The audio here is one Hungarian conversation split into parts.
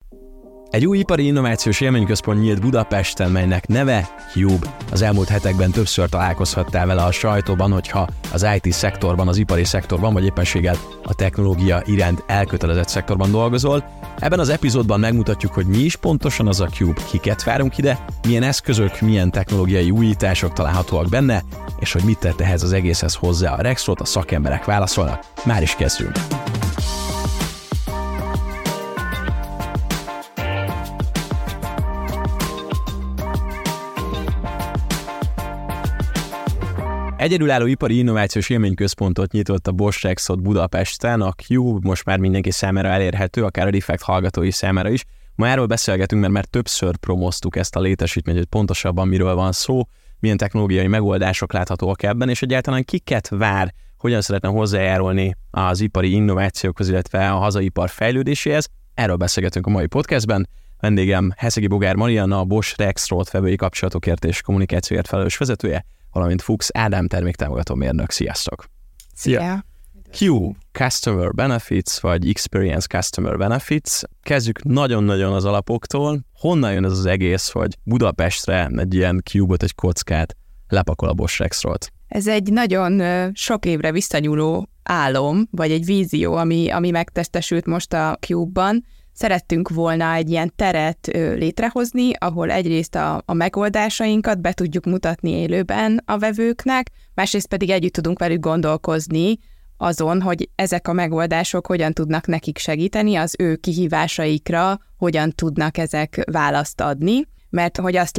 Egy új ipari innovációs élményközpont nyílt Budapesten, melynek neve Cube. Az elmúlt hetekben többször találkozhattál vele a sajtóban, hogyha az IT szektorban, az ipari szektorban, vagy éppenséggel a technológia iránt elkötelezett szektorban dolgozol. Ebben az epizódban megmutatjuk, hogy mi is pontosan az a Cube, kiket várunk ide, milyen eszközök, milyen technológiai újítások találhatóak benne, és hogy mit tett ehhez az egészhez hozzá a Rexroth, a szakemberek válaszolnak. Már is kezdjünk! Egyedülálló ipari innovációs élményközpontot nyitott a Bosch Rexroth Budapesten, a Cube most már mindenki számára elérhető, akár a Reflect hallgatói számára is. Ma erről beszélgetünk, mert már többször promoztuk ezt a létesítményt, hogy pontosabban miről van szó, milyen technológiai megoldások láthatóak ebben, és egyáltalán kiket vár, hogyan szeretne hozzájárulni az ipari innovációkhoz, illetve a hazai ipar fejlődéséhez. Erről beszélgetünk a mai podcastben. Vendégem Heszegi Bogár Marianna, a Bosch Rexroth vevői kapcsolatokért és kommunikációért felelős vezetője, valamint Fuchs Ádám terméktámogató mérnök. Sziasztok! Szia! Q, Customer Benefits, vagy Experience Customer Benefits. Kezdjük nagyon-nagyon az alapoktól. Honnan jön ez az egész, hogy Budapestre egy ilyen Cube-ot, egy kockát lepakol a Bosch Rexroth? Ez egy nagyon sok évre visszanyúló álom, vagy egy vízió, ami megtestesült most a Cube-ban. Szerettünk volna egy ilyen teret létrehozni, ahol egyrészt a megoldásainkat be tudjuk mutatni élőben a vevőknek, másrészt pedig együtt tudunk velük gondolkozni azon, hogy ezek a megoldások hogyan tudnak nekik segíteni, az ő kihívásaikra hogyan tudnak ezek választ adni. Mert hogy azt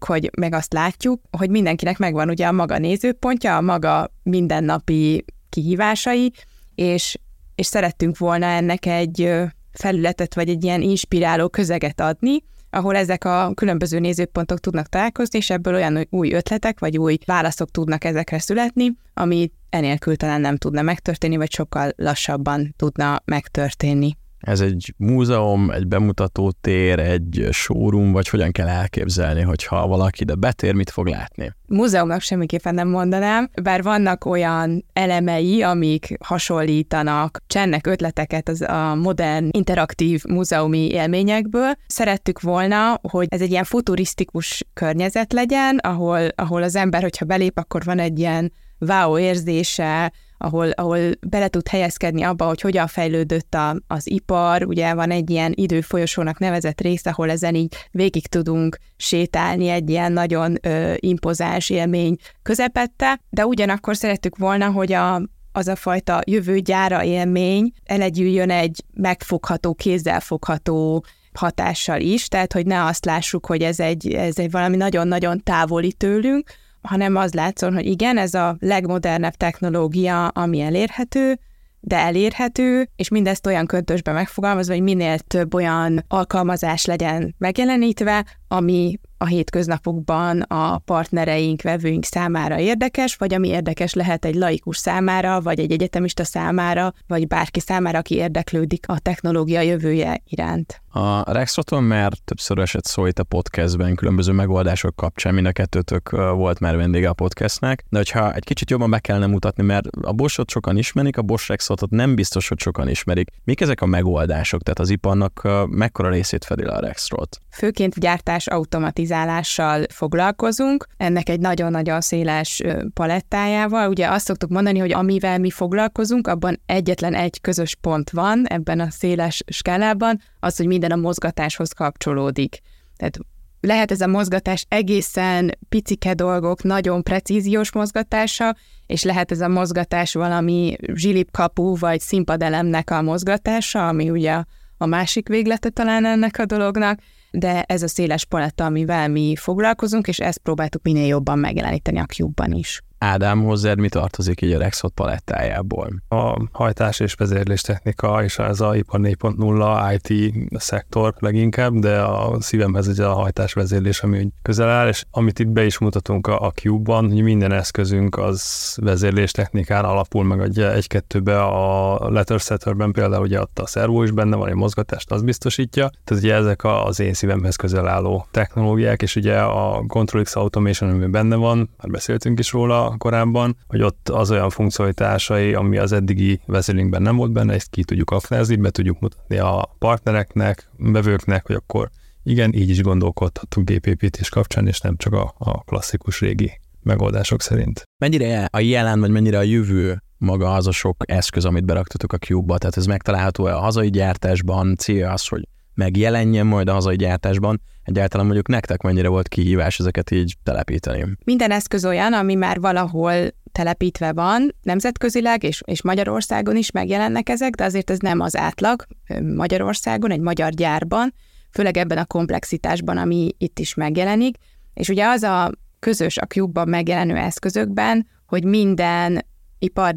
látjuk, hogy mindenkinek megvan ugye a maga nézőpontja, a maga mindennapi kihívásai, és szerettünk volna ennek egy felületet, vagy egy ilyen inspiráló közeget adni, ahol ezek a különböző nézőpontok tudnak találkozni, és ebből olyan új ötletek, vagy új válaszok tudnak ezekre születni, ami enélkül talán nem tudna megtörténni, vagy sokkal lassabban tudna megtörténni. Ez egy múzeum, egy bemutatótér, egy showroom, vagy hogyan kell elképzelni, hogyha valaki ide betér, mit fog látni? Múzeumnak semmiképpen nem mondanám, bár vannak olyan elemei, amik hasonlítanak, csennek ötleteket a modern, interaktív múzeumi élményekből. Szerettük volna, hogy ez egy ilyen futurisztikus környezet legyen, ahol az ember, hogyha belép, akkor van egy ilyen wow érzése, ahol bele tud helyezkedni abba, hogy hogyan fejlődött az ipar. Ugye van egy ilyen időfolyosónak nevezett rész, ahol ezen így végig tudunk sétálni egy ilyen nagyon impozáns élmény közepette, de ugyanakkor szerettük volna, hogy az a fajta jövőgyára élmény elegyüljön egy megfogható, kézzelfogható hatással is, tehát hogy ne azt lássuk, hogy ez egy valami nagyon-nagyon távoli tőlünk, hanem az látszon, hogy igen, ez a legmodernebb technológia, ami elérhető, de elérhető, és mindezt olyan köntösben megfogalmazva, hogy minél több olyan alkalmazás legyen megjelenítve, ami a hétköznapokban a partnereink, vevőink számára érdekes, vagy ami érdekes lehet egy laikus számára, vagy egy egyetemista számára, vagy bárki számára, aki érdeklődik a technológia jövője iránt. A Rexrothon már többször esett szó itt a podcastben, különböző megoldások kapcsán, mind a kettőtök volt már vendége a podcastnek, de hogyha egy kicsit jobban be kellene mutatni, mert a Boschot sokan ismerik, a Bosch Rexrothot nem biztos, hogy sokan ismerik. Mik ezek a megoldások? Tehát az iparnak mekkora részét fedi le a Rexroth? Főként gyártás automatizálással foglalkozunk, ennek egy nagyon-nagyon széles palettájával. Ugye azt szoktuk mondani, hogy amivel mi foglalkozunk, abban egyetlen egy közös pont van ebben a széles skálában, az, hogy minden a mozgatáshoz kapcsolódik. Tehát lehet ez a mozgatás egészen picike dolgok, nagyon precíziós mozgatása, és lehet ez a mozgatás valami zsilipkapu vagy színpadelemnek a mozgatása, ami ugye a másik véglete talán ennek a dolognak, de ez a széles paletta, amivel mi foglalkozunk, és ezt próbáltuk minél jobban megjeleníteni a Cube-ban is. Ádám, hozzád mi tartozik így a Rexroth palettájából? A hajtás és vezérléstechnika, és ez a ipar 4.0 IT szektor leginkább, de a szívemhez egy a hajtás-vezérlés, ami közel áll, és amit itt be is mutatunk a Cube-ban, hogy minden eszközünk az vezérléstechnikán alapul, meg egy-kettőbe a letter setterben például ugye ott a szervó is benne van, egy mozgatást az biztosítja, tehát ugye ezek az én szívemhez közel álló technológiák, és ugye a Control X Automation, ami benne van, már beszéltünk is róla, korábban, hogy ott az olyan funkcionalitásai, ami az eddigi vezérlinkben nem volt benne, ezt ki tudjuk aknázni, be tudjuk mutatni a partnereknek, vevőknek, hogy akkor igen, így is gondolkodhatunk gépépítés kapcsán, és nem csak a klasszikus régi megoldások szerint. Mennyire a jelen, vagy mennyire a jövő maga az a sok eszköz, amit beraktatok a Cube-ba? Tehát ez megtalálható a hazai gyártásban, célja az, hogy megjelenjen majd a hazai gyártásban. Egyáltalán mondjuk nektek mennyire volt kihívás ezeket így telepíteni? Minden eszköz olyan, ami már valahol telepítve van, nemzetközileg és Magyarországon is megjelennek ezek, de azért ez nem az átlag Magyarországon, egy magyar gyárban, főleg ebben a komplexitásban, ami itt is megjelenik. És ugye az a közös a Cube-ban megjelenő eszközökben, hogy minden ipar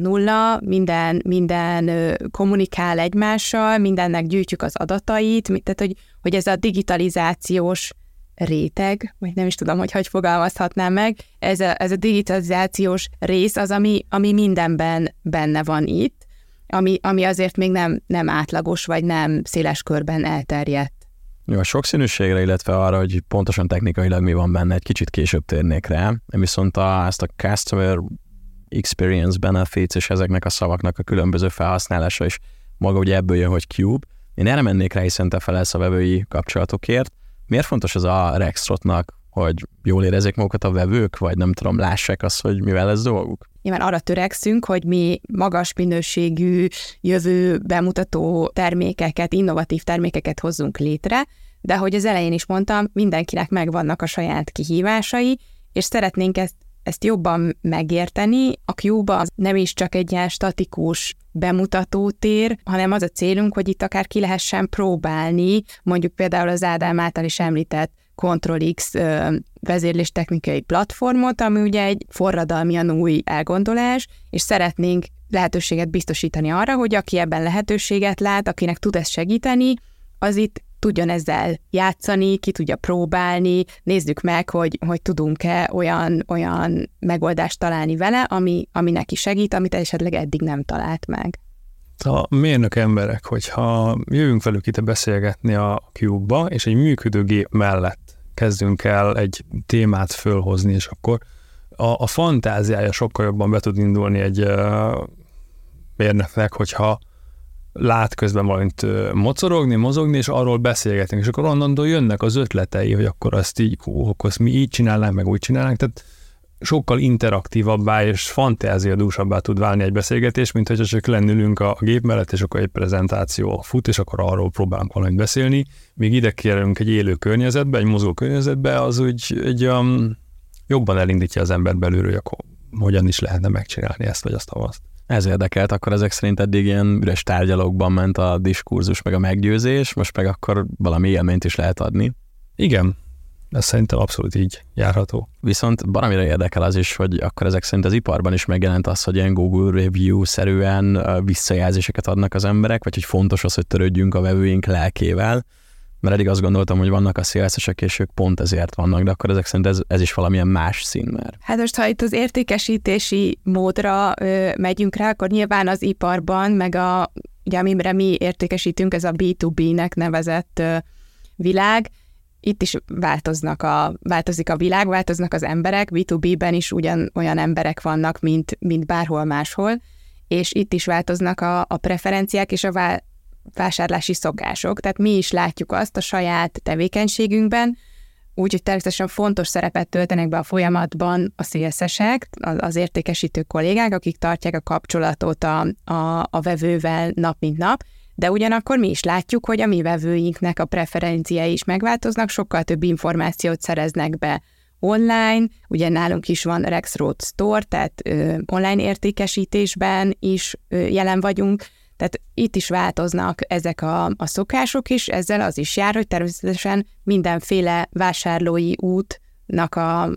4.0, minden kommunikál egymással, mindennek gyűjtjük az adatait, tehát hogy ez a digitalizációs réteg, vagy nem is tudom, hogy fogalmazhatnám meg, ez a digitalizációs rész az, ami mindenben benne van itt, ami azért még nem átlagos, vagy nem széles körben elterjedt. Jó, a sokszínűségre, illetve arra, hogy pontosan technikailag mi van benne, egy kicsit később térnék rá, viszont ezt a customer experience benefits és ezeknek a szavaknak a különböző felhasználása is maga ugye ebből jön, hogy Cube. Én erre mennék rá, hiszen te felelsz a vevői kapcsolatokért. Miért fontos ez a Rexrothnak, hogy jól érezzék magukat a vevők, vagy nem tudom, lássák azt, hogy mivel ez dolguk? Nyilván arra törekszünk, hogy mi magas minőségű, jövő bemutató termékeket, innovatív termékeket hozzunk létre, de ahogy az elején is mondtam, mindenkinek megvannak a saját kihívásai, és szeretnénk ezt jobban megérteni. A Cube az nem is csak egy ilyen statikus bemutató tér, hanem az a célunk, hogy itt akár ki lehessen próbálni, mondjuk például az Ádám által is említett Control-X vezérléstechnikai platformot, ami ugye egy forradalmian új elgondolás, és szeretnénk lehetőséget biztosítani arra, hogy aki ebben lehetőséget lát, akinek tud ezt segíteni, az itt tudjon ezzel játszani, ki tudja próbálni, nézzük meg, hogy tudunk-e olyan megoldást találni vele, ami neki segít, amit esetleg eddig nem talált meg. A mérnök emberek, hogyha jövünk velük itt beszélgetni a Cube-ba, és egy működő gép mellett kezdünk el egy témát fölhozni, és akkor a fantáziája sokkal jobban be tud indulni egy mérnöknek, hogyha lát közben valamit mozogni, és arról beszélgetünk, és akkor onnantól jönnek az ötletei, hogy akkor azt így, akkor mi így csinálnánk, meg úgy csinálnánk, tehát sokkal interaktívabbá és fantáziadúsabbá tud válni egy beszélgetés, mint hogyha csak lennülünk a gép mellett, és akkor egy prezentáció fut, és akkor arról próbálunk valamit beszélni. Míg ide kérünk egy élő környezetbe, egy mozgó környezetbe, az úgy jobban elindítja az ember belülről, hogy akkor hogyan is lehetne megcsinálni ezt vagy azt. Ez érdekelt, akkor ezek szerint eddig ilyen üres tárgyalókban ment a diskurzus, meg a meggyőzés, most meg akkor valami élményt is lehet adni. Igen, ez szerintem abszolút így járható. Viszont valamire érdekel az is, hogy akkor ezek szerint az iparban is megjelent az, hogy ilyen Google Review-szerűen visszajelzéseket adnak az emberek, vagy hogy fontos az, hogy törődjünk a vevőink lelkével, mert eddig azt gondoltam, hogy vannak a szélszesek, és ők pont ezért vannak, de akkor ezek szerint ez is valamilyen más szín már. Hát most, ha itt az értékesítési módra megyünk rá, akkor nyilván az iparban, meg ugye amire mi értékesítünk, ez a B2B-nek nevezett világ, itt is változik a világ, változnak az emberek, B2B-ben is ugyanolyan emberek vannak, mint bárhol máshol, és itt is változnak a preferenciák és a vásárlási szokások. Tehát mi is látjuk azt a saját tevékenységünkben, úgyhogy természetesen fontos szerepet töltenek be a folyamatban a szélszesek, az értékesítő kollégák, akik tartják a kapcsolatot a vevővel nap mint nap, de ugyanakkor mi is látjuk, hogy a mi vevőinknek a preferenciái is megváltoznak, sokkal több információt szereznek be online, ugye nálunk is van Rexroth Store, tehát online értékesítésben is jelen vagyunk, tehát itt is változnak ezek a szokások is, ezzel az is jár, hogy természetesen mindenféle vásárlói útnak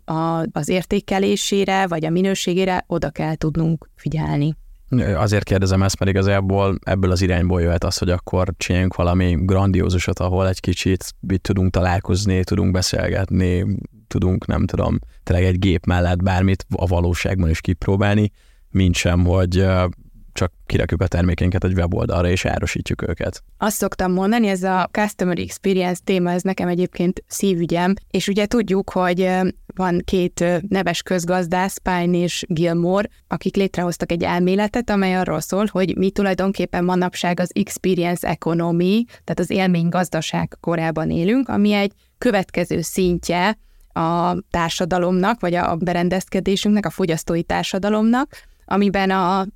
az értékelésére, vagy a minőségére oda kell tudnunk figyelni. Azért kérdezem ezt, mert igazából ebből az irányból jöhet az, hogy akkor csináljunk valami grandiózusat, ahol egy kicsit tudunk találkozni, tudunk beszélgetni, tudunk, nem tudom, tényleg egy gép mellett bármit a valóságban is kipróbálni, mint sem, hogy csak kirakjuk a termékénket egy weboldalra, és árusítjuk őket. Azt szoktam mondani, ez a Customer Experience téma, ez nekem egyébként szívügyem, és ugye tudjuk, hogy van két neves közgazdász, Pine és Gilmore, akik létrehoztak egy elméletet, amely arról szól, hogy mi tulajdonképpen manapság az Experience Economy, tehát az élménygazdaság korában élünk, ami egy következő szintje a társadalomnak, vagy a berendezkedésünknek, a fogyasztói társadalomnak, amiben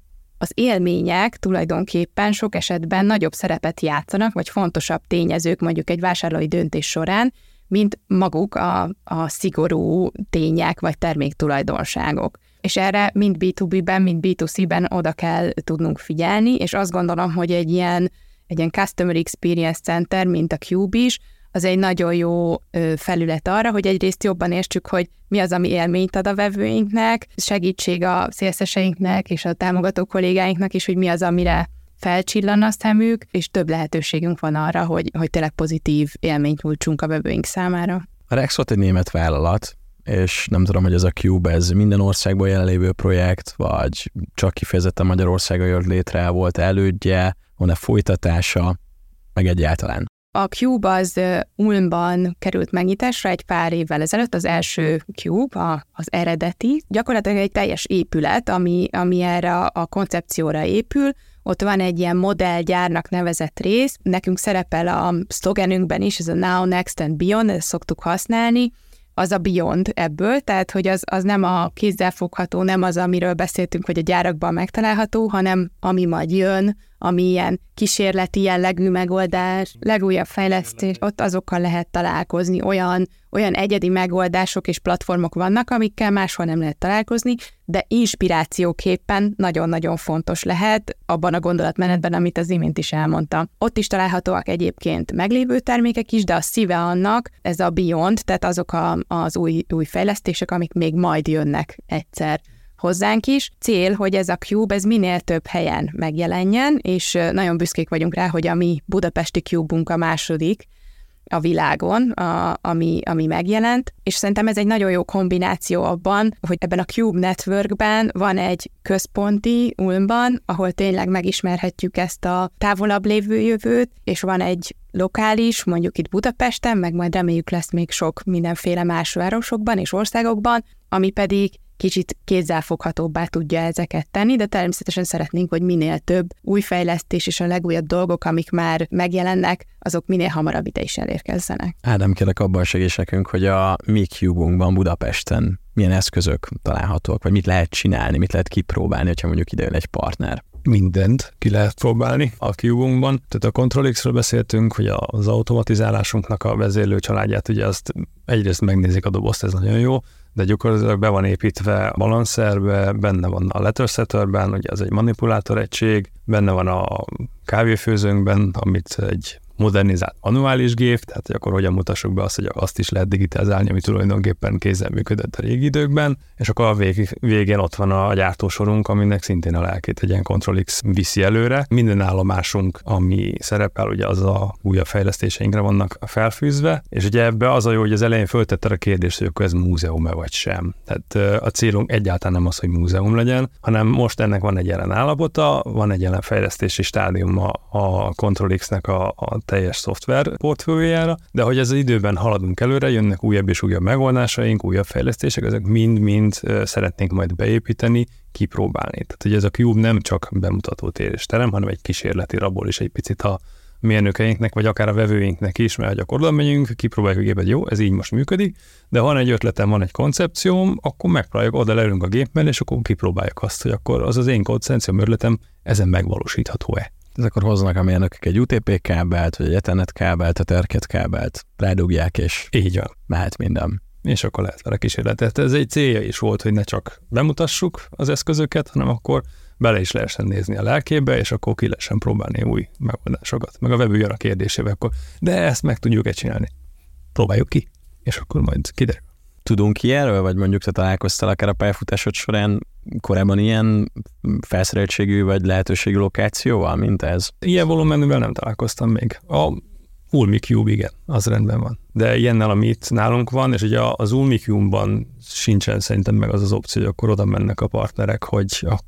az élmények tulajdonképpen sok esetben nagyobb szerepet játszanak, vagy fontosabb tényezők mondjuk egy vásárlói döntés során, mint maguk a szigorú tények, vagy terméktulajdonságok. És erre mind B2B-ben, mind B2C-ben oda kell tudnunk figyelni, és azt gondolom, hogy egy ilyen Customer Experience Center, mint a Cube is, az egy nagyon jó felület arra, hogy egyrészt jobban értsük, hogy mi az, ami élményt ad a vevőinknek, segítség a szélszeseinknek és a támogató kollégáinknak is, hogy mi az, amire felcsillan a szemük, és több lehetőségünk van arra, hogy tényleg pozitív élményt nyújtsunk a vevőink számára. A Rexroth egy német vállalat, és nem tudom, hogy ez a Cube, ez minden országban jelenlévő projekt, vagy csak kifejezetten Magyarországon jött létre, volt elődje, van-e folytatása, meg egyáltalán. A Cube az Ulmban került megnyitásra egy pár évvel ezelőtt, az első Cube, az eredeti. Gyakorlatilag egy teljes épület, ami erre a koncepcióra épül. Ott van egy ilyen modellgyárnak nevezett rész. Nekünk szerepel a szlogenünkben is, ez a Now, Next and Beyond, ezt szoktuk használni. Az a beyond ebből, tehát hogy az nem a kézzelfogható, nem az, amiről beszéltünk, hogy a gyárakban megtalálható, hanem ami majd jön, ami ilyen kísérleti jellegű megoldás, legújabb fejlesztés, ott azokkal lehet találkozni, olyan egyedi megoldások és platformok vannak, amikkel máshol nem lehet találkozni, de inspirációképpen nagyon-nagyon fontos lehet abban a gondolatmenetben, amit az imént is elmondta. Ott is találhatóak egyébként meglévő termékek is, de a szíve annak, ez a beyond, tehát azok az új fejlesztések, amik még majd jönnek egyszer hozzánk is. Cél, hogy ez a Cube, ez minél több helyen megjelenjen, és nagyon büszkék vagyunk rá, hogy a mi budapesti Cube-unk a második a világon, ami megjelent, és szerintem ez egy nagyon jó kombináció abban, hogy ebben a Cube Networkben van egy központi Ulmban, ahol tényleg megismerhetjük ezt a távolabb lévő jövőt, és van egy lokális, mondjuk itt Budapesten, meg majd reméljük lesz még sok mindenféle más városokban és országokban, ami pedig kicsit kézzelfoghatóbbá tudja ezeket tenni, de természetesen szeretnénk, hogy minél több új fejlesztés és a legújabb dolgok, amik már megjelennek, azok minél hamarabb ide is elérkezzenek. Ádám, kérlek abban segíts nekünk, hogy a mi Cube-unkban Budapesten milyen eszközök találhatók, vagy mit lehet csinálni, mit lehet kipróbálni, hogyha mondjuk ide jön egy partner. Mindent ki lehet próbálni a Cube-unkban. Tehát a Control-X-ről beszéltünk, hogy az automatizálásunknak a vezérlő családját, ugye azt egyrészt megnézik a dobozt, ez nagyon jó, de gyakorlatilag be van építve a balanszerbe, benne van a letter setterben, ugye az egy manipulátor egység, benne van a kávéfőzőnkben, amit egy modernizált manuális gép, tehát hogy akkor hogyan mutassuk be azt, hogy azt is lehet digitalizálni, ami tulajdonképpen kézzel működött a régi időkben, és akkor a végén ott van a gyártósorunk, aminek szintén a lelkét egy ilyen Control-X viszi előre. Minden állomásunk, ami szerepel, ugye az a újabb fejlesztéseinkre vannak felfűzve, és ugye ebbe az a jó, hogy az elején föltette a kérdést, hogy akkor ez múzeum-e vagy sem. Tehát a célunk egyáltalán nem az, hogy múzeum legyen, hanem most ennek van egy jelen állapota, van egy jelen fejlesztési stádiuma a Control-X-nek a teljes szoftver portfóliójára, de hogy ez az időben haladunk előre, jönnek újabb és újabb megoldásaink, újabb fejlesztések, ezek mind-mind szeretnénk majd beépíteni, kipróbálni. Tehát, hogy ez a Cube nem csak bemutató tér és terem, hanem egy kísérleti rabol is egy picit a mérnökeinknek, vagy akár a vevőinknek is, mert akkor oda megyünk, kipróbáljuk a gépet, jó, ez így most működik, de ha van egy ötletem, van egy koncepcióm, akkor megpróbáljuk, oda leülünk a gép mellé, és akkor kipróbáljuk azt, hogy akkor az én koncepcióm, ötletem ezen megvalósítható-e. Akkor hoznak a mérnökök egy UTP kábelt, vagy egy Ethernet kábelt, a Ethernet kábelt, rádugják, és így van. Mehet minden. És akkor lehet vele kísérletet. Ez egy célja is volt, hogy ne csak bemutassuk az eszközöket, hanem akkor bele is lehessen nézni a lelkébe, és akkor ki lehessen próbálni új megoldásokat. Meg a vevő jön a kérdésébe, akkor de ezt meg tudjuk-e csinálni? Próbáljuk ki, és akkor majd kiderül. Tudunk ilyenről, vagy mondjuk te találkoztál akár a pályafutásod során korábban ilyen felszereltségű vagy lehetőségű lokációval, mint ez? Ilyen volumenűvel nem találkoztam még. A Ulmi Cube, igen, az rendben van. De ilyennel, ami itt nálunk van, és ugye az Ulmi Cube-ban sincsen szerintem meg az opció, hogy akkor oda mennek a partnerek, hogy akkor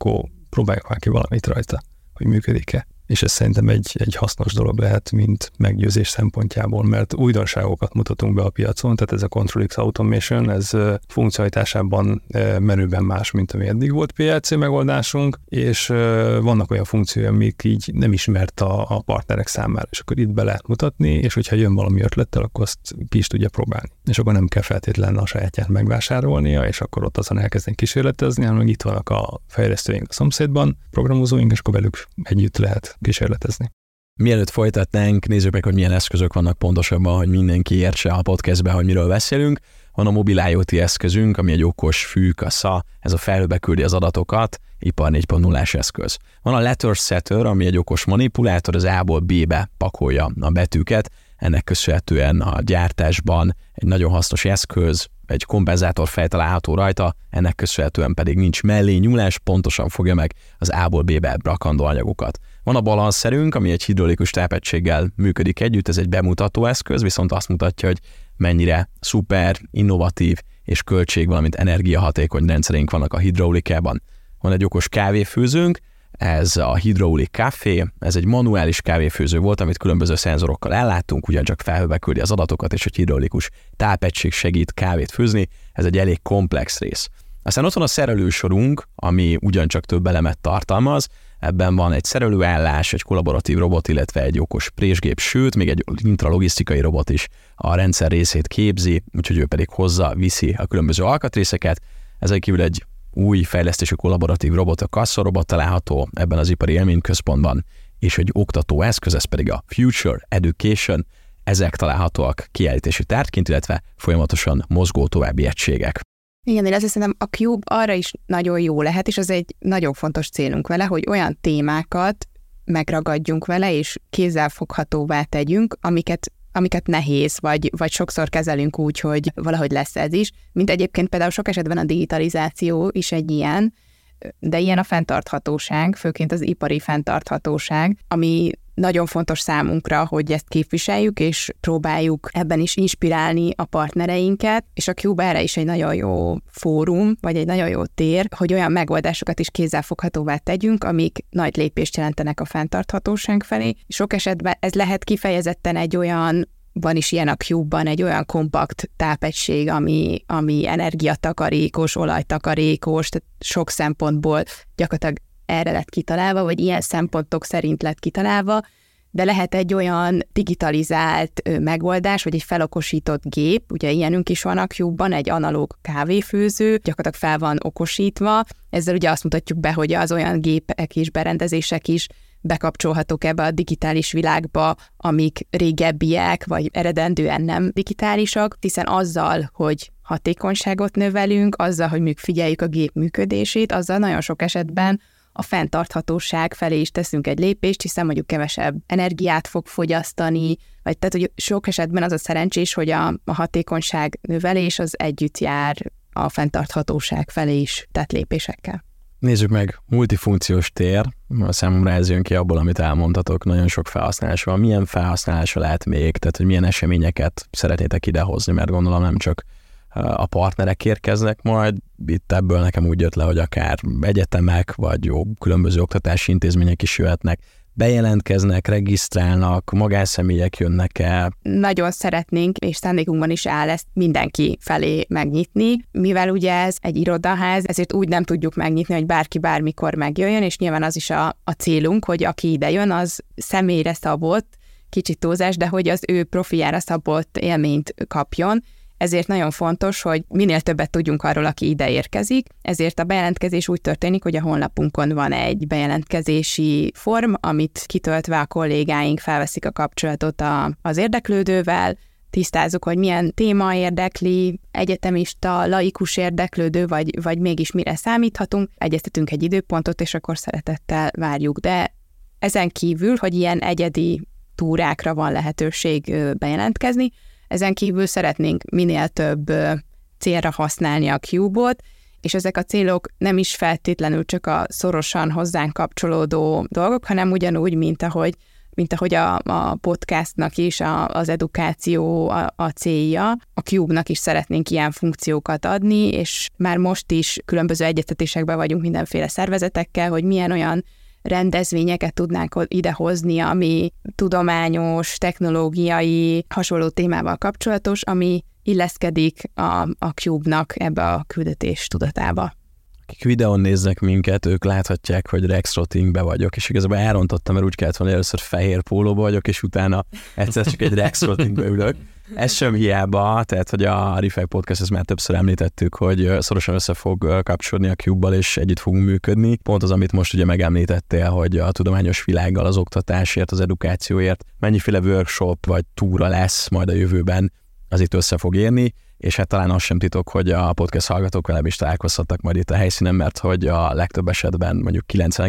próbáljuk már ki valamit rajta, hogy működik-e. És ez szerintem egy hasznos dolog lehet, mint meggyőzés szempontjából, mert újdonságokat mutatunk be a piacon, tehát ez a Control-X Automation, ez funkcionalitásában menőben más, mint ami eddig volt PLC megoldásunk, és vannak olyan funkciói, amik így nem ismert a partnerek számára, és akkor itt be lehet mutatni, és hogyha jön valami ötlettel, akkor azt ki is tudja próbálni. És akkor nem kell feltétlenül a sajátját megvásárolnia, és akkor ott azon elkezdeni kísérletezni, hanem itt vannak a fejlesztőink a szomszédban, programozóink, és akkor velük együtt lehet kísérletezni. Mielőtt folytatnánk, nézzük meg, hogy milyen eszközök vannak pontosabban, hogy mindenki értse a podcastben, hogy miről beszélünk. Van a mobil IoT eszközünk, ami egy okos fűkasza, ez a felhőbe küldi az adatokat, ipar 4.0-ás eszköz. Van a Letter Setter, ami egy okos manipulátor, az A-ból B-be pakolja a betűket, ennek köszönhetően a gyártásban egy nagyon hasznos eszköz, egy kompenzátor fej található rajta, ennek köszönhetően pedig nincs mellé nyúlás, pontosan fogja meg az A-ból B-be rakandó anyagokat. Van a balanszerünk, ami egy hidraulikus tápegységgel működik együtt, ez egy bemutató eszköz, viszont azt mutatja, hogy mennyire szuper, innovatív és költség, valamint energiahatékony rendszereink vannak a hidraulikában. Van egy okos kávéfőzőnk, ez a Hydraulic Café, ez egy manuális kávéfőző volt, amit különböző szenzorokkal elláttunk, ugyancsak felhőbe küldi az adatokat, és egy hidraulikus tápegység segít kávét főzni, ez egy elég komplex rész. Aztán ott van a szerelősorunk, ami ugyancsak több elemet tartalmaz, ebben van egy szerelőállás, egy kollaboratív robot, illetve egy okos présgép, sőt, még egy intralogisztikai robot is a rendszer részét képzi, úgyhogy ő pedig viszi a különböző alkatrészeket. Ezen kívül egy új fejlesztésű kollaboratív robot, a kasszarobot található ebben az ipari élményközpontban, és egy oktató eszköz, ez pedig a Future Education, ezek találhatóak kiállítási tárgyként, illetve folyamatosan mozgó további egységek. Igen, én azt hiszem, a Cube arra is nagyon jó lehet, és az egy nagyon fontos célunk vele, hogy olyan témákat megragadjunk vele, és kézzelfoghatóvá tegyünk, amiket nehéz, vagy sokszor kezelünk úgy, hogy valahogy lesz ez is, mint egyébként például sok esetben a digitalizáció is egy ilyen, de ilyen a fenntarthatóság, főként az ipari fenntarthatóság, ami nagyon fontos számunkra, hogy ezt képviseljük, és próbáljuk ebben is inspirálni a partnereinket, és a Cube erre is egy nagyon jó fórum, vagy egy nagyon jó tér, hogy olyan megoldásokat is kézzelfoghatóvá tegyünk, amik nagy lépést jelentenek a fenntarthatóság felé. Sok esetben ez lehet kifejezetten egy olyan, van is ilyen a Cube-ban, egy olyan kompakt tápegység, ami energiatakarékos, olajtakarékos, tehát sok szempontból gyakorlatilag erre lett kitalálva, vagy ilyen szempontok szerint lett kitalálva, de lehet egy olyan digitalizált megoldás, vagy egy felokosított gép, ugye ilyenünk is van a Cube-ban, egy analóg kávéfőző, gyakorlatilag fel van okosítva, ezzel ugye azt mutatjuk be, hogy az olyan gépek és berendezések is bekapcsolhatók ebbe a digitális világba, amik régebbiek, vagy eredendően nem digitálisak, hiszen azzal, hogy hatékonyságot növelünk, azzal, hogy figyeljük a gép működését, azzal nagyon sok esetben a fenntarthatóság felé is teszünk egy lépést, hiszen mondjuk kevesebb energiát fog fogyasztani, vagy tehát, hogy sok esetben az a szerencsés, hogy a hatékonyság növelés az együtt jár a fenntarthatóság felé is tett lépésekkel. Nézzük meg, multifunkciós tér, számomra ez jön ki abból, amit elmondtatok, nagyon sok felhasználása van. Milyen felhasználása lehet még, tehát hogy milyen eseményeket szeretnétek idehozni, mert gondolom nem csak a partnerek érkeznek majd, itt ebből nekem úgy jött le, hogy akár egyetemek, vagy jó, különböző oktatási intézmények is jöhetnek, bejelentkeznek, regisztrálnak, magánszemélyek jönnek el. Nagyon szeretnénk, és szándékunkban is áll ezt mindenki felé megnyitni, mivel ugye ez egy irodaház, ezért úgy nem tudjuk megnyitni, hogy bárki bármikor megjöjjön, és nyilván az is a célunk, hogy aki ide jön, az személyre szabott, kicsit túlzás, de hogy az ő profijára szabott élményt kapjon. Ezért nagyon fontos, hogy minél többet tudjunk arról, aki ide érkezik. Ezért a bejelentkezés úgy történik, hogy a honlapunkon van egy bejelentkezési form, amit kitöltve a kollégáink felveszik a kapcsolatot az érdeklődővel, tisztázzuk, hogy milyen téma érdekli, egyetemista, laikus érdeklődő, vagy mégis mire számíthatunk. Egyeztetünk egy időpontot, és akkor szeretettel várjuk. De ezen kívül, hogy ilyen egyedi túrákra van lehetőség bejelentkezni, ezen kívül szeretnénk minél több célra használni a Cube-ot, és ezek a célok nem is feltétlenül csak a szorosan hozzánk kapcsolódó dolgok, hanem ugyanúgy, mint ahogy mint ahogy a podcastnak is az edukáció a célja, a Cube-nak is szeretnénk ilyen funkciókat adni, és már most is különböző egyeztetésekben vagyunk mindenféle szervezetekkel, hogy milyen olyan rendezvényeket tudnánk idehozni, ami tudományos, technológiai, hasonló témával kapcsolatos, ami illeszkedik a Cube-nak ebbe a küldetés tudatába. Akik videón néznek minket, ők láthatják, hogy Rex Rottingbe vagyok, és igazából elrontottam, mert úgy kellett volna, először fehér pólóba vagyok, és utána egyszer csak egy Rex Rottingbe ülök. Ez sem hiába, tehát hogy a Reflect Podcast, ezt már többször említettük, hogy szorosan össze fog kapcsolódni a Cube-bal, és együtt fogunk működni. Pont az, amit most ugye megemlítettél, hogy a tudományos világgal, az oktatásért, az edukációért mennyiféle workshop vagy túra lesz majd a jövőben, az itt össze fog érni, és hát talán az sem titok, hogy a podcast hallgatók velem is találkozhatnak majd itt a helyszínen, mert hogy a legtöbb esetben mondjuk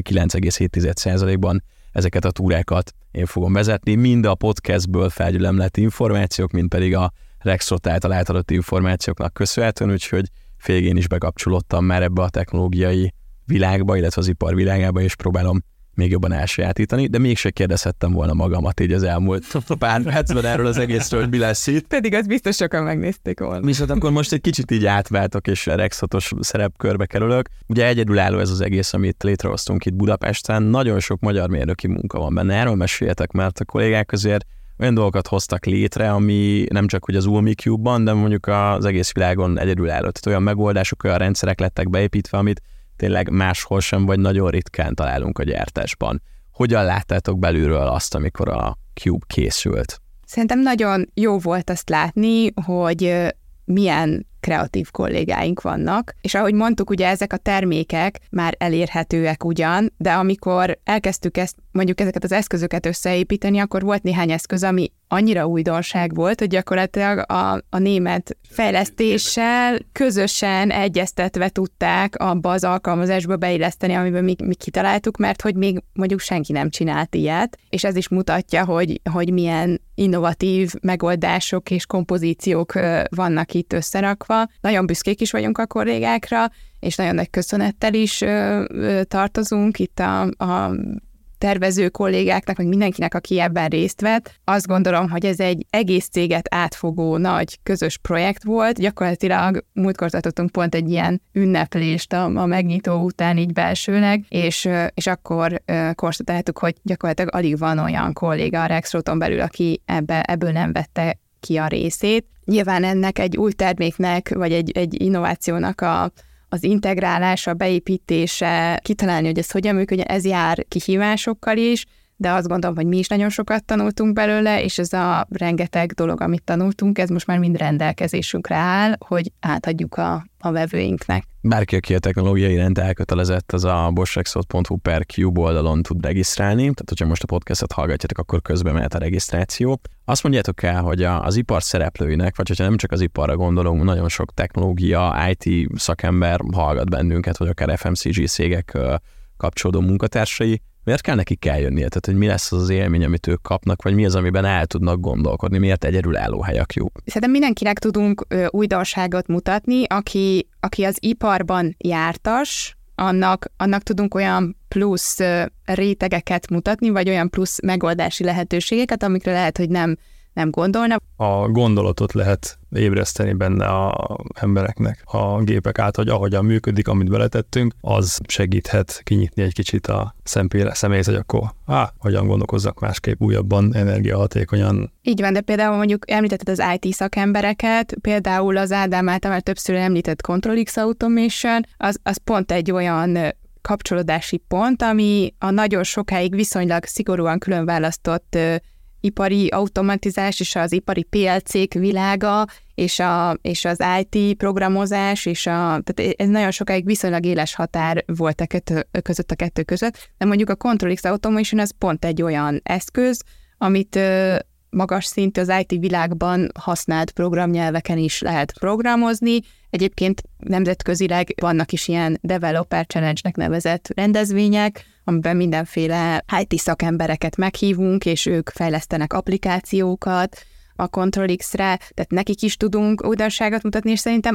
99,7%-ban ezeket a túrákat én fogom vezetni, mind a podcastből felgyülemlett információk, mind pedig a Rexrot által átadott információknak köszönhetően, úgyhogy félig én is bekapcsolódtam már ebbe a technológiai világba, illetve az ipar világába, és próbálom még jobban elsajátítani, de mégse kérdezhettem volna magamat így az elmúlt pár percben erről az egészről, hogy mi lesz itt. Pedig azt biztos sokan megnézték volna. Viszont akkor most egy kicsit így átváltok, és Rexrotos szerepkörbe kerülök. Ugye egyedülálló ez az egész, amit létrehoztunk itt Budapesten. Nagyon sok magyar mérnöki munka van benne. Erről meséljetek, mert a kollégák közért olyan dolgokat hoztak létre, ami nem csak hogy az Ulmi Cube-ban, de mondjuk az egész világon egyedülálló. Tehát olyan megoldások, olyan rendszerek lettek beépítve, amit tényleg máshol sem, vagy nagyon ritkán találunk a gyártásban. Hogyan láttátok belülről azt, amikor a Cube készült? Szerintem nagyon jó volt azt látni, hogy milyen kreatív kollégáink vannak, és ahogy mondtuk, ugye ezek a termékek már elérhetőek ugyan, de amikor elkezdtük mondjuk ezeket az eszközöket összeépíteni, akkor volt néhány eszköz, ami annyira újdonság volt, hogy gyakorlatilag a német fejlesztéssel közösen egyeztetve tudták abba az alkalmazásba beilleszteni, amiben mi kitaláltuk, mert hogy még mondjuk senki nem csinált ilyet, és ez is mutatja, hogy milyen innovatív megoldások és kompozíciók vannak itt összerakva. Nagyon büszkék is vagyunk a kollégákra, és nagyon nagy köszönettel is tartozunk itt a tervező kollégáknak, meg mindenkinek, aki ebben részt vett. Azt gondolom, hogy ez egy egész céget átfogó nagy közös projekt volt. Gyakorlatilag múltkor tartottunk pont egy ilyen ünneplést a megnyitó után így belsőleg, és akkor konstatáltuk, hogy gyakorlatilag alig van olyan kolléga a Rexroton belül, aki ebből nem vette ki a részét. Nyilván ennek egy új terméknek, vagy egy innovációnak az integrálása, beépítése, kitalálni, hogy ez hogyan működjön, ez jár kihívásokkal is, de azt gondolom, hogy mi is nagyon sokat tanultunk belőle, és ez a rengeteg dolog, amit tanultunk, ez most már mind rendelkezésünkre áll, hogy átadjuk a vevőinknek. Bárki, aki a technológiai iránt elkötelezett, az a boschrexroth.hu/Cube oldalon tud regisztrálni, tehát hogyha most a podcastot hallgatjátok, akkor közben mehet a regisztráció. Azt mondjátok el, hogy az ipar szereplőinek, vagy hogyha nem csak az iparra gondolunk, nagyon sok technológia, IT szakember hallgat bennünket, vagy akár FMCG cégek kapcsolódó munkatársai, miért kell nekik eljönnie? Tehát, hogy mi lesz az élmény, amit ők kapnak, vagy mi az, amiben el tudnak gondolkodni? Miért egyedülálló hely a Cube? Szerintem mindenkinek tudunk újdonságot mutatni, aki az iparban jártas, annak tudunk olyan plusz rétegeket mutatni, vagy olyan plusz megoldási lehetőségeket, amikre lehet, hogy nem gondolna. A gondolatot lehet ébreszteni benne a embereknek. A gépek át, hogy ahogyan működik, amit beletettünk, az segíthet kinyitni egy kicsit a szemét, hogy akkor hogyan gondolkozzak másképp, újabban, energiahatékonyan. Így van, de például mondjuk említetted az IT szakembereket, például az Ádám által már többször említett ControlX Automation, az pont egy olyan kapcsolódási pont, ami a nagyon sokáig viszonylag szigorúan különválasztott ipari automatizás és az ipari PLC-k világa, és az IT programozás, tehát ez nagyon sokáig viszonylag éles határ volt a kettő között, de mondjuk a ControlX Automation az pont egy olyan eszköz, amit magas szintű az IT világban használt programnyelveken is lehet programozni. Egyébként nemzetközileg vannak is ilyen Developer Challenge-nek nevezett rendezvények, amiben mindenféle IT szakembereket meghívunk, és ők fejlesztenek applikációkat, a Control X-re, tehát nekik is tudunk újdonságot mutatni, és szerintem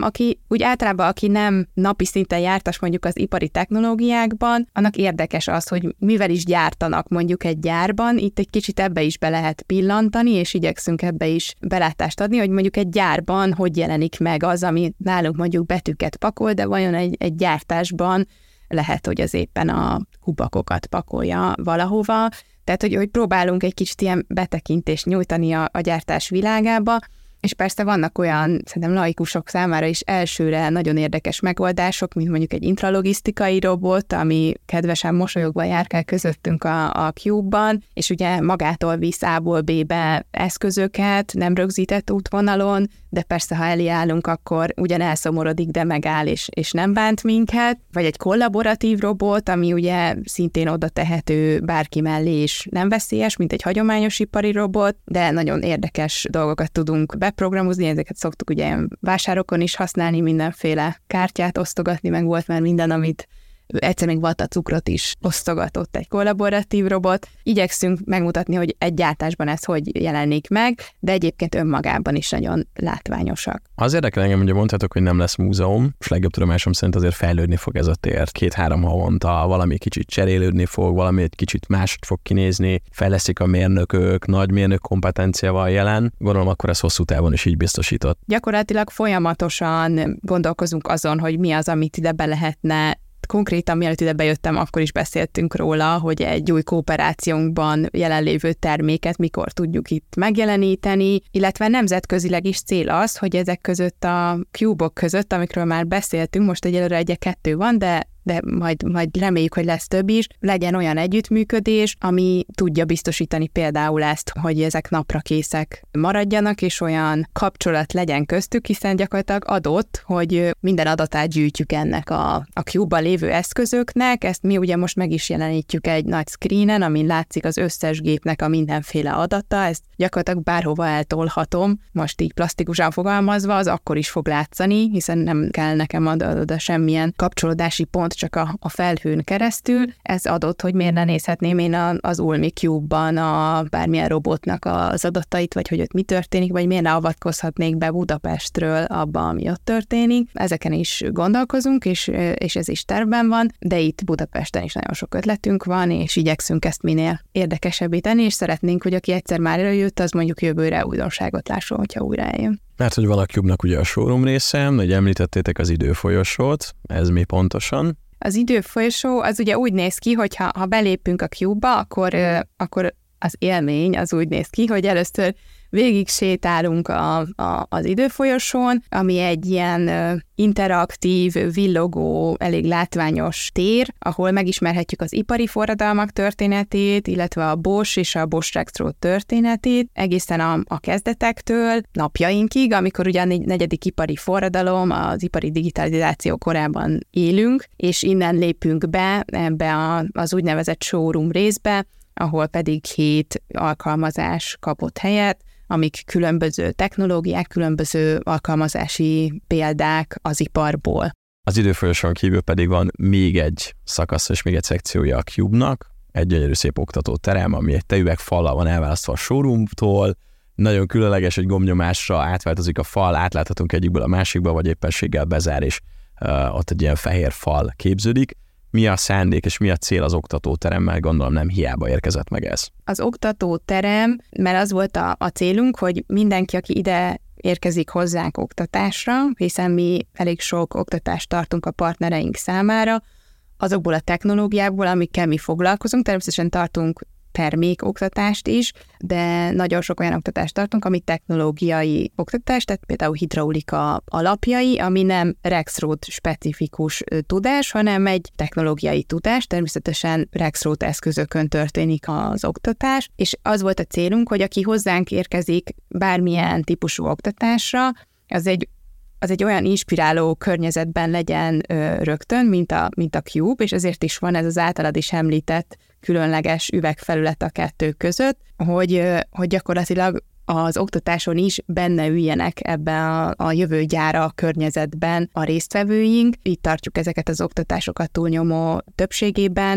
aki nem napi szinten jártas mondjuk az ipari technológiákban, annak érdekes az, hogy mivel is gyártanak mondjuk egy gyárban, itt egy kicsit ebbe is be lehet pillantani, és igyekszünk ebbe is belátást adni, hogy mondjuk egy gyárban hogy jelenik meg az, ami nálunk mondjuk betűket pakol, de vajon egy gyártásban lehet, hogy az éppen a kubakokat pakolja valahova. Tehát, hogy próbálunk egy kicsit ilyen betekintést nyújtani a gyártás világába, és persze vannak olyan, szerintem laikusok számára is elsőre nagyon érdekes megoldások, mint mondjuk egy intralogisztikai robot, ami kedvesen mosolyogva járkál közöttünk a Cube-ban, és ugye magától visz A-ból B-be eszközöket, nem rögzített útvonalon, de persze, ha elé állunk, akkor ugyan elszomorodik, de megáll, és nem bánt minket, vagy egy kollaboratív robot, ami ugye szintén oda tehető bárki mellé, és nem veszélyes, mint egy hagyományos ipari robot, de nagyon érdekes dolgokat tudunk beprogramozni, ezeket szoktuk ugye vásárokon is használni, mindenféle kártyát osztogatni, meg volt már minden, amit egyszer még vattacukrot is osztogatott egy kollaboratív robot. Igyekszünk megmutatni, hogy egy gyártásban ez hogy jelenik meg, de egyébként önmagában is nagyon látványosak. Az érdekel engem, hogy mondhatok, hogy nem lesz múzeum, és legjobb tudomásom szerint azért fejlődni fog ez a tér. 2-3 havonta valami kicsit cserélődni fog, valami egy kicsit máshogy fog kinézni, fejlesztik a mérnökök, nagy mérnök kompetencia van jelen. Gondolom, akkor ez hosszú távon is így biztosított. Gyakorlatilag folyamatosan gondolkozunk azon, hogy mi az, amit ide be lehetne. Konkrétan, mielőtt ide bejöttem, akkor is beszéltünk róla, hogy egy új kooperációnkban jelenlévő terméket mikor tudjuk itt megjeleníteni, illetve nemzetközileg is cél az, hogy ezek között a Cube-ok között, amikről már beszéltünk, most egyelőre 1-2 van, de majd reméljük, hogy lesz több is, legyen olyan együttműködés, ami tudja biztosítani például ezt, hogy ezek napra készek maradjanak, és olyan kapcsolat legyen köztük, hiszen gyakorlatilag adott, hogy minden adatát gyűjtjük ennek a Cube-ban lévő eszközöknek, ezt mi ugye most meg is jelenítjük egy nagy screenen, amin látszik az összes gépnek a mindenféle adata, ezt gyakorlatilag bárhova eltolhatom, most így plastikusan fogalmazva, az akkor is fog látszani, hiszen nem kell nekem oda semmilyen kapcsolódási pont, csak a felhőn keresztül. Ez adott, hogy miért ne nézhetném én az Ulmi Cube-ban a bármilyen robotnak az adatait, vagy hogy ott mi történik, vagy miért ne avatkozhatnék be Budapestről abba, ami ott történik. Ezeken is gondolkozunk, és ez is tervben van, de itt Budapesten is nagyon sok ötletünk van, és igyekszünk ezt minél érdekesebbé tenni, és szeretnénk, hogy aki egyszer már előjött, az mondjuk jövőre újdonságot lásson, hogyha újra eljön. Mert hogy van a Cube-nak ugye a showroom része, hogy említettétek az időfolyosót, ez mi pontosan? Az időfolyosó az ugye úgy néz ki, hogy ha belépünk a Cube-ba, akkor az élmény az úgy néz ki, hogy először végig sétálunk az időfolyosón, ami egy ilyen interaktív, villogó, elég látványos tér, ahol megismerhetjük az ipari forradalmak történetét, illetve a Bosch és a Bosch Rexroth történetét, egészen a kezdetektől napjainkig, amikor ugye a 4. ipari forradalom, az ipari digitalizáció korában élünk, és innen lépünk be ebbe az úgynevezett showroom részbe, ahol pedig 7 alkalmazás kapott helyet, amik különböző technológiák, különböző alkalmazási példák az iparból. Az időfolyosón kívül pedig van még egy szakasz és még egy szekciója a Cube-nak, egy gyönyörű szép oktatóterem, ami egy tejüvegfallal van elválasztva a showroomtól, nagyon különleges, hogy gombnyomásra átváltozik a fal, átláthatunk egyikből a másikba, vagy éppenséggel bezár, és ott egy ilyen fehér fal képződik. Mi a szándék és mi a cél az oktatóteremmel, gondolom nem hiába érkezett meg ez. Az oktatóterem, mert az volt a célunk, hogy mindenki, aki ide érkezik hozzánk oktatásra, hiszen mi elég sok oktatást tartunk a partnereink számára, azokból a technológiákból, amikkel mi foglalkozunk, természetesen tartunk termékoktatást is, de nagyon sok olyan oktatást tartunk, ami technológiai oktatás, tehát például hidraulika alapjai, ami nem Rexroth specifikus tudás, hanem egy technológiai tudás, természetesen Rexroth eszközökön történik az oktatás, és az volt a célunk, hogy aki hozzánk érkezik bármilyen típusú oktatásra, az egy olyan inspiráló környezetben legyen rögtön, mint a Cube, és ezért is van ez az általad is említett különleges üvegfelület a kettő között, hogy gyakorlatilag az oktatáson is benne üljenek ebbe a jövő gyára környezetben a résztvevőink. Itt tartjuk ezeket az oktatásokat túlnyomó többségében,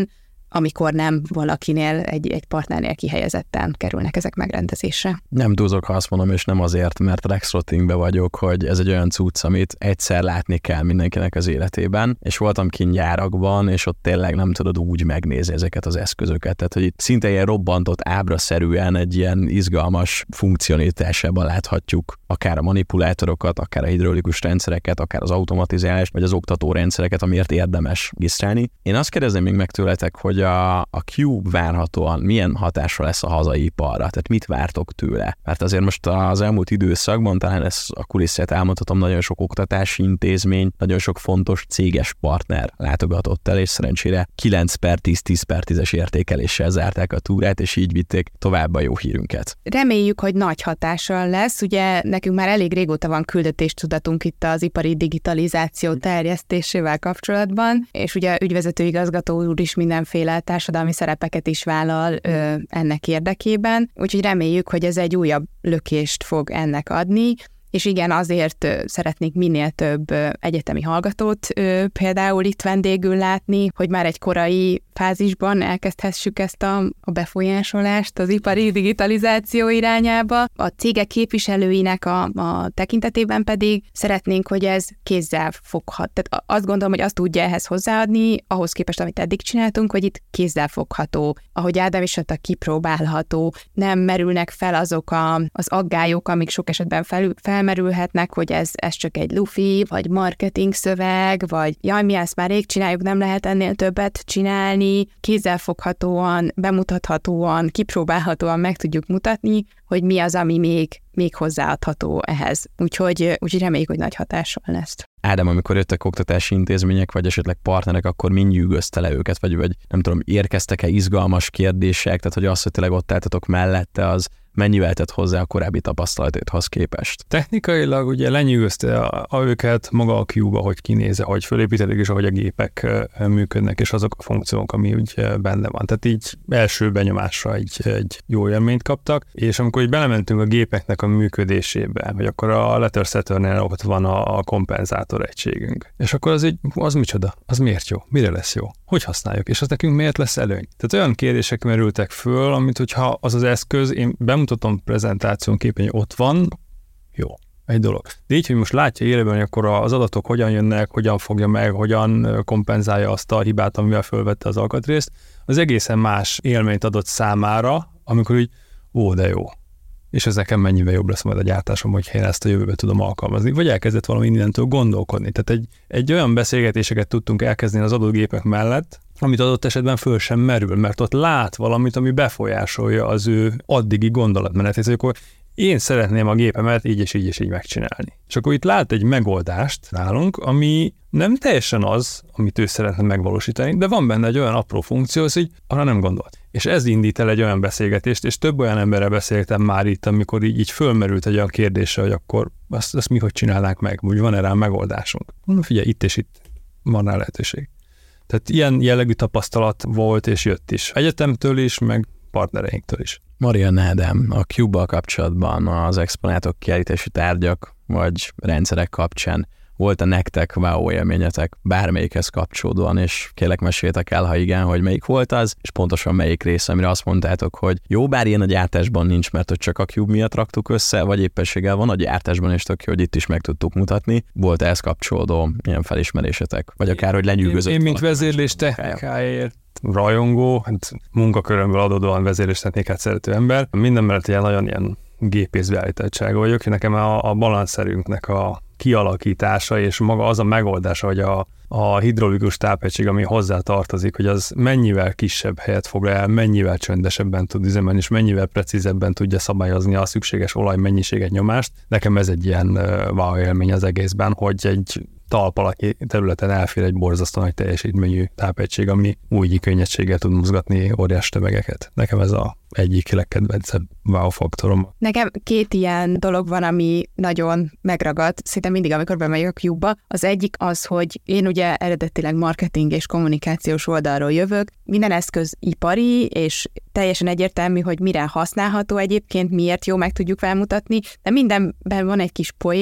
amikor nem valakinél, egy partnernél kihelyezetten kerülnek ezek megrendezésre. Nem túlzok, ha azt mondom, és nem azért, mert Rexrotingbe vagyok, hogy ez egy olyan cucc, amit egyszer látni kell mindenkinek az életében, és voltam kint gyárakban, és ott tényleg nem tudod úgy megnézni ezeket az eszközöket. Tehát, hogy itt szinte ilyen robbantott ábraszerűen egy ilyen izgalmas funkcionalitásában láthatjuk akár a manipulátorokat, akár a hidraulikus rendszereket, akár az automatizálást, vagy az oktatórendszereket, amiért érdemes regisztrálni. Én azt kérdezem még meg tőletek, hogy a Cube várhatóan milyen hatása lesz a hazai iparra, tehát mit vártok tőle? Mert azért most az elmúlt időszakban, talán ezt a kulisszát elmondhatom, nagyon sok oktatási intézmény, nagyon sok fontos céges partner látogatott el, és szerencsére 9/10, 10/10-es értékeléssel zárták a túrát, és így vitték tovább a jó hírünket. Reméljük, hogy nagy hatással lesz. Ugye nekünk már elég régóta van küldetéstudatunk itt az ipari digitalizáció terjesztésével kapcsolatban, és ugye ügyvezető igazgató úr is mindenféle társadalmi szerepeket is vállal ennek érdekében, úgyhogy reméljük, hogy ez egy újabb lökést fog ennek adni, és igen, azért szeretnék minél több egyetemi hallgatót például itt vendégül látni, hogy már egy korai fázisban elkezdhessük ezt a befolyásolást az ipari digitalizáció irányába. A cégek képviselőinek a tekintetében pedig szeretnénk, hogy ez kézzel foghat. Tehát azt gondolom, hogy azt tudja ehhez hozzáadni, ahhoz képest, amit eddig csináltunk, hogy itt kézzel fogható, ahogy Ádám is mondta, kipróbálható, nem merülnek fel azok az aggályok, amik sok esetben felmerülhetnek, hogy ez csak egy lufi, vagy marketing szöveg, vagy jaj, mi ezt már rég csináljuk, nem lehet ennél többet csinálni, kézzelfoghatóan, bemutathatóan, kipróbálhatóan meg tudjuk mutatni, hogy mi az, ami még hozzáadható ehhez. Úgyhogy reméljük, hogy nagy hatással lesz. Ádám, amikor jöttek oktatási intézmények, vagy esetleg partnerek, akkor mind nyűgözte le őket, vagy nem tudom, érkeztek-e izgalmas kérdések, tehát hogy azt, hogy tényleg ott álltatok mellette, az mennyivel tett hozzá a korábbi tapasztalathoz képest? Technikailag ugye lenyűgözte őket maga a Cube, hogy kinéz, hogy fölépítelik, és ahogy a gépek működnek, és azok a funkciók, ami úgy benne van. Tehát így első benyomásra egy jó élményt kaptak, és amikor így belementünk a gépeknek a működésébe, hogy akkor a Lettersetternél ott van a kompenzátor egységünk. És akkor az micsoda? Az miért jó? Mire lesz jó? Hogy használjuk? És az nekünk miért lesz előny? Tehát olyan kérdések merültek föl, amit hogyha az az eszköz, én bemutatom prezentáción képen, hogy ott van, jó, egy dolog. De így, hogy most látja élőben, hogy akkor az adatok hogyan jönnek, hogyan fogja meg, hogyan kompenzálja azt a hibát, amivel fölvette az alkatrészt, az egészen más élményt adott számára, amikor úgy, de jó. És ez nekem mennyivel jobb lesz majd a gyártásom, hogyha én ezt a jövőben tudom alkalmazni. Vagy elkezdett valami innentől gondolkodni. Tehát egy olyan beszélgetéseket tudtunk elkezdeni az adott gépek mellett, amit adott esetben föl sem merül, mert ott lát valamit, ami befolyásolja az ő addigi gondolatmenetét, hogy akkor én szeretném a gépemet így és így és így megcsinálni. És akkor itt lát egy megoldást nálunk, ami nem teljesen az, amit ő szeretne megvalósítani, de van benne egy olyan apró funkció, hogy arra nem gondolt. És ez indít el egy olyan beszélgetést, és több olyan emberrel beszéltem már itt, amikor így fölmerült egy olyan kérdésre, hogy akkor azt mi hogy csinálnánk meg, úgy van-e rá megoldásunk. Mondom, figyelj, itt és itt van rá lehetőség. Tehát ilyen jellegű tapasztalat volt és jött is. Egyetemtől is, meg partnereinktől is. Marianne, Ádám, a Cube-bal kapcsolatban az exponátok, kiállítási tárgyak vagy rendszerek kapcsán volt-e nektek wow élményetek bármelyikhez kapcsolódóan, és kérlek meséljetek el, ha igen, hogy melyik volt az, és pontosan melyik rész, amire azt mondtátok, hogy jó, bár ilyen a gyártásban nincs, mert hogy csak a Cube miatt raktuk össze, vagy éppenséggel van a gyártásban, és tök jó, hogy itt is meg tudtuk mutatni. Volt ehhez kapcsolódó ilyen felismerésetek? Vagy akár, hogy lenyűgözött? Én mint vezérlés technikáért rajongó, munkakörömből adódóan vezérléstechnikát szerető ember. Minden mellett nagyon ilyen gépészbeállítottsága vagyok, hogy nekem a balanszerünknek a kialakítása és maga az a megoldása, hogy a hidraulikus tápegység, ami hozzá tartozik, hogy az mennyivel kisebb helyet foglal el, mennyivel csöndesebben tud üzemelni, és mennyivel precízebben tudja szabályozni a szükséges olajmennyiséget, nyomást. Nekem ez egy ilyen wow élmény az egészben, hogy egy talp alatti területen elfér egy borzasztó nagy teljesítményű tápegység, ami újgyi könnyedséggel tud mozgatni óriás tömegeket. Nekem ez a egyik legkedvencebb wow faktorom. Nekem két ilyen dolog van, ami nagyon megragad, szinte mindig, amikor bemegyek a Cube-ba. Az egyik az, hogy én ugye eredetileg marketing és kommunikációs oldalról jövök. Minden eszköz ipari, és teljesen egyértelmű, hogy mire használható egyébként, miért jó, meg tudjuk felmutatni, de mindenben van egy kis poén,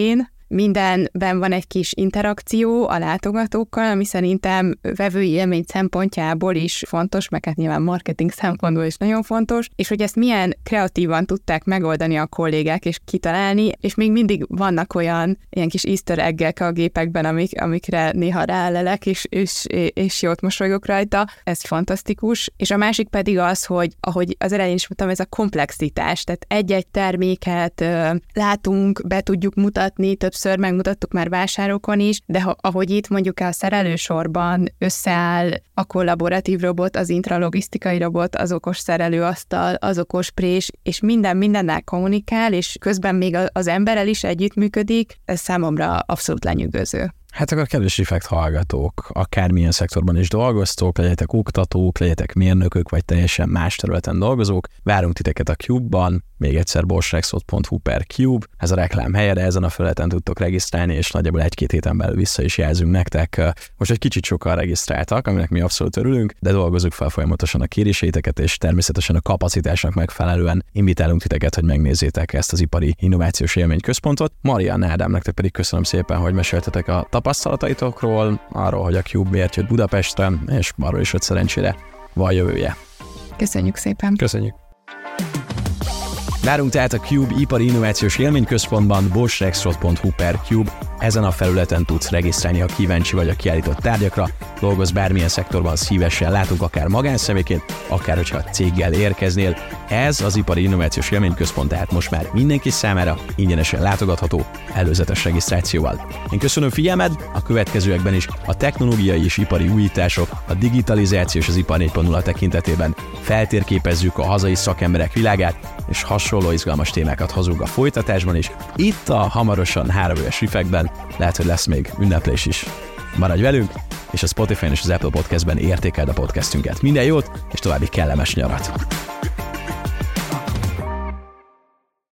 mindenben van egy kis interakció a látogatókkal, ami szerintem vevői élmény szempontjából is fontos, meg hát nyilván marketing szempontból is nagyon fontos, és hogy ezt milyen kreatívan tudták megoldani a kollégák és kitalálni, és még mindig vannak olyan ilyen kis easter egg-ek a gépekben, amikre néha rálelek, és jót mosolygok rajta, ez fantasztikus. És a másik pedig az, hogy ahogy az elején is mondtam, ez a komplexitás, tehát egy-egy terméket látunk, be tudjuk mutatni, többször megmutattuk már vásárokon is, de ahogy itt mondjuk a szerelősorban összeáll a kollaboratív robot, az intralogisztikai robot, az okos szerelőasztal, az okos prés, és mindennel kommunikál, és közben még az emberrel is együttműködik, ez számomra abszolút lenyűgöző. Hát akkor kedves Reflekt hallgatók, akármilyen szektorban is dolgoztok, legyetek oktatók, legyetek mérnökök, vagy teljesen más területen dolgozók, várunk titeket a Cube-ban, még egyszer boschrexroad.hu/Cube, ez a reklám helye, de ezen a felületen tudtok regisztrálni, és nagyjából 1-2 héten belül vissza is jelzünk nektek. Most egy kicsit sokan regisztráltak, aminek mi abszolút örülünk, de dolgozzuk fel folyamatosan a kéréseiteket, és természetesen a kapacitásnak megfelelően invitálunk titeket, hogy megnézzétek ezt az ipari innovációs élményközpontot. Marianna Ádám, nektek pedig köszönöm szépen, hogy meséltetek a tapasztalataitokról, arról, hogy a Cube miért jött Budapestre, és arról is, hogy szerencsére van jövője. Köszönjük szépen! Köszönjük! Várunk tehát a Cube ipari innovációs élményközpontban, boschrexroad.hu/Cube. Ezen a felületen tudsz regisztrálni, ha kíváncsi vagy a kiállított tárgyakra, dolgozz bármilyen szektorban, szívesen látunk, akár magánszemélyként, akár hogyha céggel érkeznél. Ez az ipari innovációs élményközpont tehát most már mindenki számára ingyenesen látogatható, előzetes regisztrációval. Én köszönöm figyelmed, a következőekben is a technológiai és ipari újítások, a digitalizáció és az ipar 4.0 tekintetében feltérképezzük a hazai szakemberek világát, és hasonló izgalmas témákat hozunk a folytatásban is. Itt a hamarosan 3 éves Reflectben, lehet, hogy lesz még ünneplés is. Maradj velünk, és a Spotify-n és az Apple Podcastben értékeld a podcastünket. Minden jót, és további kellemes nyarat!